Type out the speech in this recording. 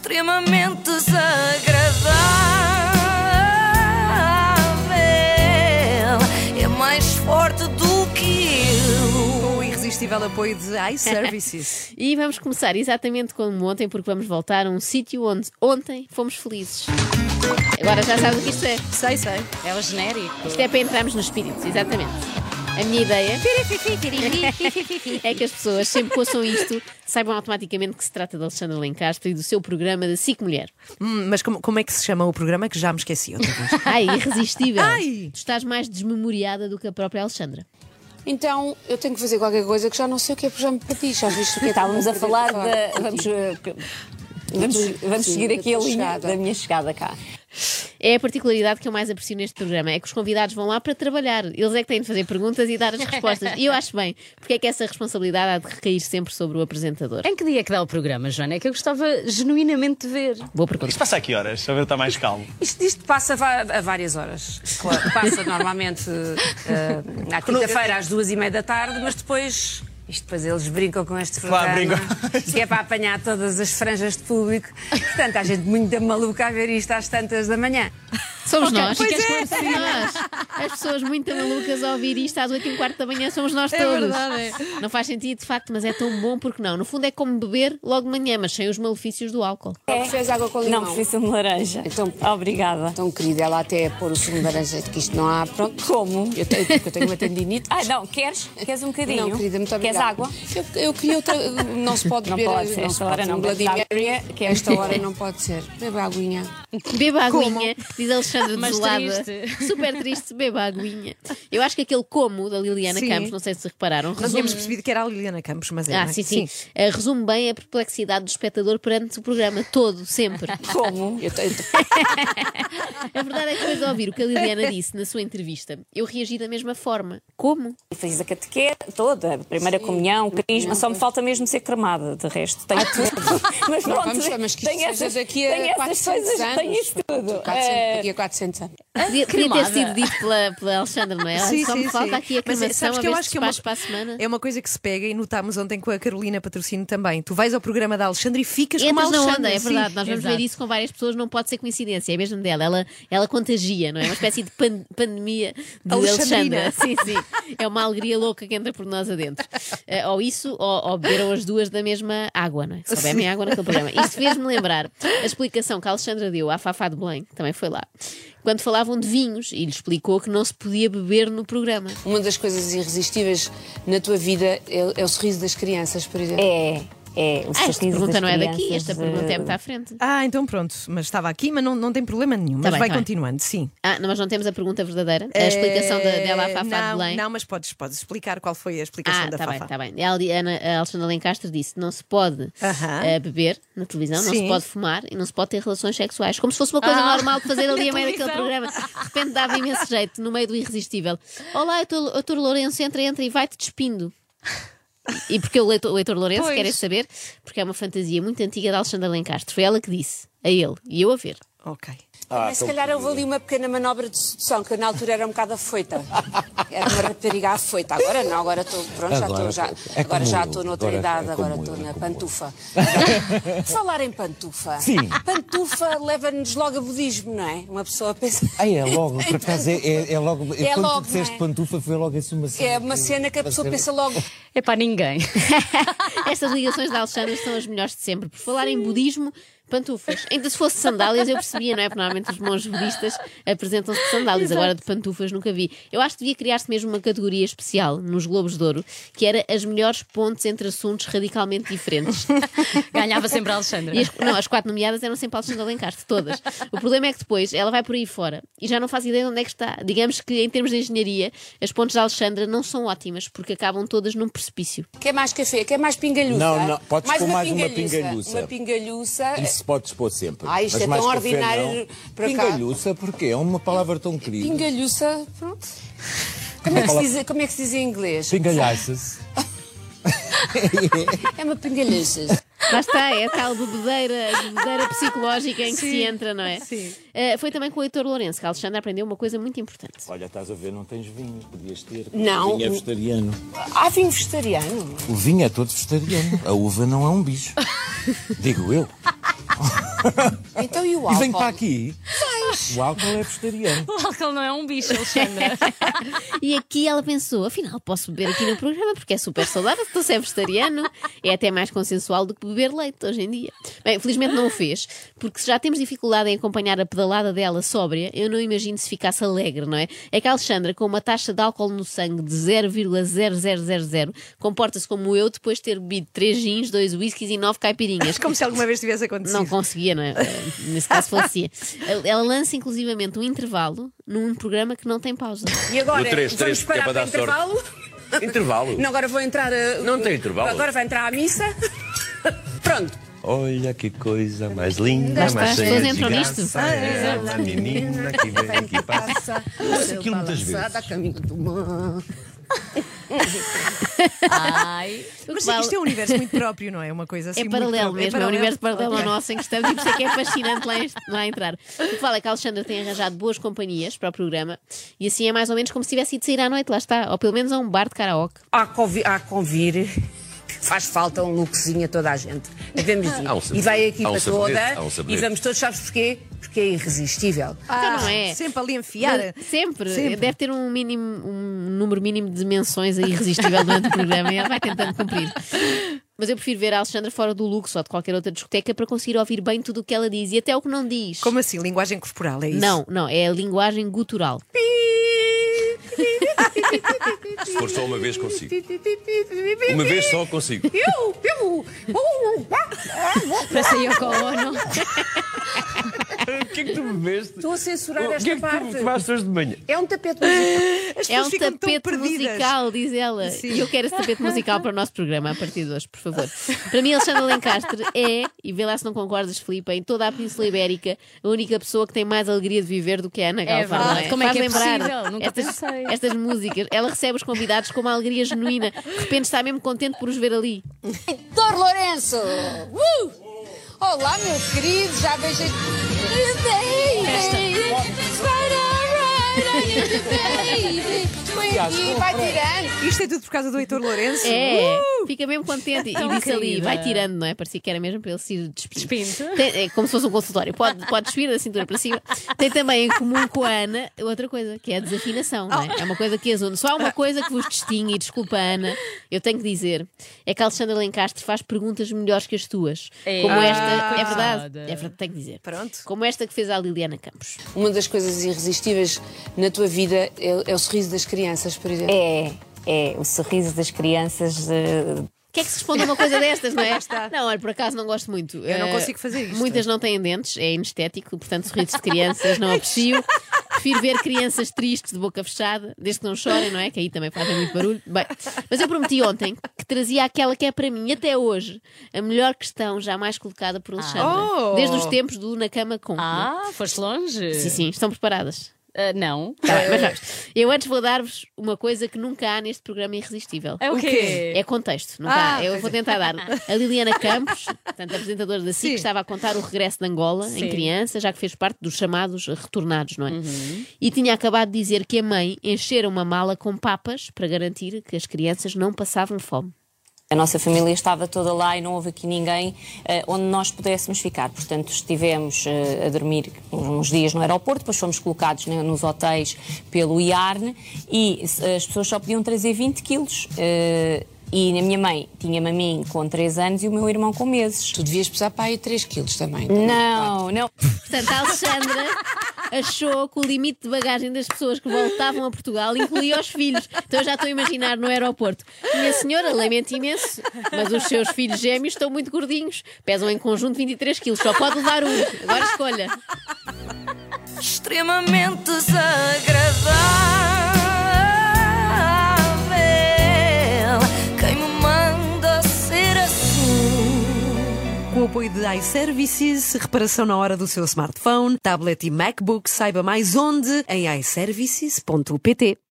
extremamente desagradável. É mais forte do que eu. O irresistível apoio de iServices. E vamos começar exatamente como ontem, porque vamos voltar a um sítio onde ontem fomos felizes. Agora já sabes o que isto é. Sei. É o genérico. Isto é para entrarmos no espírito, exatamente. A minha ideia é que as pessoas, sempre que ouçam isto, saibam automaticamente que se trata de Alexandra Lencastre e do seu programa da SIC Mulher. Mas como é que se chama o programa que já me esqueci outra vez? Ai, irresistível. Ai! Tu estás mais desmemoriada do que a própria Alexandra. Então, eu tenho que fazer qualquer coisa que já não sei o que é que já me pedi. Já viste o que é que Estávamos a falar de... Vamos seguir aqui a linha da minha chegada cá. É a particularidade que eu mais aprecio neste programa, é que os convidados vão lá para trabalhar. Eles é que têm de fazer perguntas e dar as respostas. E eu acho bem, porque é que essa responsabilidade há de recair sempre sobre o apresentador. Em que dia é que dá o programa, Joana? É que eu gostava genuinamente de ver. Boa pergunta. Isto passa a que horas? Só ver está mais calmo. Isto passa a várias horas. Claro, passa normalmente à quinta-feira às 2h30 da tarde, mas depois... Depois eles brincam com este programa, que é para apanhar todas as franjas de público. Portanto, há gente muito maluca a ver isto às tantas da manhã. Somos nós. Pois é. Somos nós. As pessoas muito malucas a ouvir isto às 8h15 da manhã somos nós todos. Verdade. Não faz sentido, de facto, mas é tão bom porque não. No fundo é como beber logo de manhã, mas sem os malefícios do álcool. Fez água com limão. Não, preciso de laranja. Então, Obrigada. Então, querida, ela até pôr o sumo de laranja, que isto não há, pronto. Como? Porque eu tenho uma tendinite. Não, queres um bocadinho? Não, querida, muito obrigada. Queres água? Eu queria outra. Não se pode Não beber. pode, esta hora não. Bloody Sabe Mary, que é esta hora não pode ser. Beba a aguinha. Beba a aguinha, diz Alexandra Mas desolada. triste. Super triste, beba a aguinha. Eu acho que aquele como da Liliana Sim. Campos, não sei se repararam, Nós resume... tínhamos percebido que era a Liliana Campos, mas é. não é? sim. Resume bem a perplexidade do espectador perante o programa todo, sempre. Como? A verdade é que depois de ouvir o que a Liliana disse na sua entrevista, eu reagi da mesma forma. Como? Fiz a catequese toda, a primeira comunhão, crisma, só me falta mesmo ser cremada, de resto tenho tudo. Mas Não, pronto, mas que tenho isto seja essas, daqui a tenho essas 400 coisas, anos. tenho isso tudo. Daqui a 400 anos. Podia ter sido dito pela Alexandra, não é? Só me falta aqui a Mas cremação, sabes a que ver eu se acho que despacho para a semana. é uma coisa que se pega e notámos ontem com a Carolina Patrocínio também. Tu vais ao programa da Alexandra e ficas como a Entras na Alexandra. onda, é verdade. Sim. Nós vamos Exato. ver isso com várias pessoas, não pode ser coincidência, é mesmo dela. Ela contagia, não é? Uma espécie de pandemia de Alexandrina. Alexandra. Sim. É uma alegria louca que entra por nós adentro. Ou isso, ou beberam as duas da mesma água, não é? Só bebem água naquele programa. Isto fez-me lembrar a explicação que a Alexandra deu à Fafá de Belém, que também foi lá, quando falavam de vinhos e lhe explicou que não se podia beber no programa. Uma das coisas irresistíveis na tua vida é o sorriso das crianças, por exemplo. Esta pergunta não é daqui, esta pergunta é muito à frente. Então pronto, mas estava aqui, mas não tem problema nenhum. Tá Mas bem, vai tá bem. continuando, sim. Não, mas não temos a pergunta verdadeira, a explicação dela à Fafá de Belém. Não, mas podes explicar qual foi a explicação da Fafá. Tá bem. A Alexandra Lencastre disse que não se pode beber na televisão, não Sim. se pode fumar e não se pode ter relações sexuais. Como se fosse uma coisa normal de fazer ali a meio daquele programa. De repente dava imenso jeito, no meio do irresistível. Olá, Heitor Lourenço, entra e vai-te despindo. E porque o Heitor Lourenço, queres saber? Porque é uma fantasia muito antiga da Alexandra Lencastre. Foi ela que disse, a ele, e eu a ver. Ok. Se calhar houve ali uma pequena manobra de sedução, que eu na altura era um bocado afoita. Era uma rapariga afoita. Agora não, agora estou, pronto, já estou noutra idade, agora estou na pantufa. Falar em pantufa. Sim. Pantufa leva-nos logo a budismo, não é? Uma pessoa pensa... É logo, por acaso é logo. É Quando logo, tu disseste não é? pantufa, foi logo assim uma cena. É uma cena que a pessoa pensa logo... É para ninguém. Estas ligações da Alexandra são as melhores de sempre. Por falar em budismo, pantufas. Ainda se fosse sandálias eu percebia, não é? Porque normalmente os monges budistas apresentam-se de sandálias. Exato. Agora de pantufas nunca vi. Eu acho que devia criar-se mesmo uma categoria especial nos Globos de Ouro, que era as melhores pontes entre assuntos radicalmente diferentes. Ganhava sempre a Alexandra. E as 4 nomeadas eram sempre Alexandra Lencastre, todas. O problema é que depois ela vai por aí fora e já não faz ideia de onde é que está. Digamos que em termos de engenharia, as pontes da Alexandra não são ótimas, porque acabam todas num precipício. Quer mais café? Quer mais pingalhuça? Não, podes pôr mais uma pingalhuça. Uma pingalhuça... Isso podes pôr sempre. Isto Mas é mais tão café, ordinário não. para cá. Pingalhuça, porque é uma palavra tão querida. Pingalhuça, pronto. Como é que se diz em inglês? Pingalhaças. É uma pingalhuça. Lá está, é a tal bebedeira psicológica em que se entra, não é? Sim. Foi também com o Heitor Lourenço que a Alexandra aprendeu uma coisa muito importante. Olha, estás a ver, não tens vinho, podias ter. Não. O vinho é vegetariano. Há vinho vegetariano? O vinho é todo vegetariano. A uva não é um bicho. Digo eu. Então e o E álcool? venho para aqui. O álcool é vegetariano. O álcool não é um bicho, Alexandra. E aqui ela pensou, afinal posso beber aqui no programa porque é super saudável, estou se é vegetariano, é até mais consensual do que beber leite hoje em dia. Bem, felizmente não o fez, porque se já temos dificuldade em acompanhar a pedalada dela sóbria, eu não imagino se ficasse alegre, não é? É que a Alexandra, com uma taxa de álcool no sangue de 0,0000, comporta-se como eu depois de ter bebido 3 gins, 2 whiskies e 9 caipirinhas. Como se alguma vez tivesse acontecido. Não conseguia, não é? Nesse caso falecia. Ela lança inclusivamente um intervalo num programa que não tem pausa. E agora, No 3, vamos parar para para dar sorte. intervalo? Intervalo. Não, agora vou entrar... Não tem intervalo. Agora vai entrar à missa. Pronto. Olha que coisa mais linda, Lá está, mais as cheia pessoas de entram graça. nisto. É ela, a menina que vem, que passa. Ouço aquilo muitas vezes. A caminho do mar. Ai. Mas isto é um universo muito próprio, não é? Uma coisa assim. É muito paralelo própria. mesmo, é um universo paralelo ao nosso em que estamos e por isso é que é fascinante lá entrar. O que fala é que a Alexandra tem arranjado boas companhias para o programa e assim é mais ou menos como se tivesse ido sair à noite, lá está, ou pelo menos a um bar de karaoke. Há convir. Faz falta um lookzinho a toda a gente. Devemos ir. Há um sabonete, E vai a há equipa um sabonete, toda há um e sabonete. vamos todos, sabes porquê? Porque é irresistível. Então não é. Sempre ali enfiar. Sempre. Deve ter um número mínimo de menções aí irresistível durante o programa e ela vai tentando cumprir. Mas eu prefiro ver a Alexandra fora do Lux ou de qualquer outra discoteca para conseguir ouvir bem tudo o que ela diz e até o que não diz. Como assim? Linguagem corporal, é isso? Não, é a linguagem gutural. Se for só uma vez consigo. Uma vez só consigo. Para sair ao colono. O que é que tu bebeste? Estou a censurar O que esta é que parte. tu tomaste hoje de manhã? É um tapete musical. As É pessoas um ficam tão tapete perdidas. musical, diz ela. E eu quero esse tapete musical para o nosso programa a partir de hoje, por favor. Para mim, Alexandra Lencastre é, e vê lá se não concordas, Filipe, em toda a Península Ibérica, a única pessoa que tem mais alegria de viver do que a Ana Galvão. verdade. Não Como é Faz que é lembrar possível? Nunca pensei. estas músicas. Ela recebe os convidados com uma alegria genuína. De repente está mesmo contente por os ver ali. Dor Lourenço! Olá, meu querido, já beijei. Põe aqui, vai tirando. Isto é tudo por causa do Heitor Lourenço? É, fica mesmo contente. E disse ali, querida. vai tirando, não é? Parecia que era mesmo para ele se ir despindo. Despindo. É como se fosse um consultório. Pode despir da cintura para cima. Tem também em comum com a Ana outra coisa, que é a desafinação, não é? É uma coisa que as une. Só há uma coisa que vos distingue, e desculpa, Ana, eu tenho que dizer, é que a Alexandra Lencastre faz perguntas melhores que as tuas. Como esta, é verdade, tenho que dizer. Pronto. Como esta que fez a Liliana Campos. Uma das coisas irresistíveis na tua vida é o sorriso das crianças, por exemplo. É o sorriso das crianças. Que é que se responde a uma coisa destas, não é? está. Não, olha, por acaso não gosto muito. Eu não consigo fazer isto. Muitas não têm dentes, é inestético, portanto, sorrisos de crianças não aprecio. Prefiro ver crianças tristes de boca fechada, desde que não chorem, não é? Que aí também fazem muito barulho. Bem, mas eu prometi ontem que trazia aquela que é para mim, até hoje, a melhor questão jamais colocada por Alexandra. Desde os tempos do Na Cama Com. Foste longe? Sim, estão preparadas? Não. Tá bem, mas vamos. Eu antes vou dar-vos uma coisa que nunca há neste programa irresistível. É o quê? É contexto. Nunca há. Eu vou tentar dar. A Liliana Campos, portanto, apresentadora da SIC, estava a contar o regresso de Angola em criança, já que fez parte dos chamados retornados, não é? E tinha acabado de dizer que a mãe enchera uma mala com papas para garantir que as crianças não passavam fome. A nossa família estava toda lá e não houve aqui ninguém onde nós pudéssemos ficar. Portanto, estivemos a dormir uns dias no aeroporto, depois fomos colocados nos hotéis pelo IARN e as pessoas só podiam trazer 20 quilos. E a minha mãe tinha-me a mim com 3 anos e o meu irmão com meses. Tu devias pesar para aí 3 quilos também. Não. Portanto, a Alexandra achou que o limite de bagagem das pessoas que voltavam a Portugal incluía os filhos. Então eu já estou a imaginar no aeroporto. Minha senhora, lamento imenso, mas os seus filhos gêmeos estão muito gordinhos. Pesam em conjunto 23 quilos. Só pode levar um. Agora escolha. Extremamente desagradável. Quem me manda ser assim? Com o apoio de iServices, reparação na hora do seu smartphone, tablet e MacBook, saiba mais onde em iServices.pt.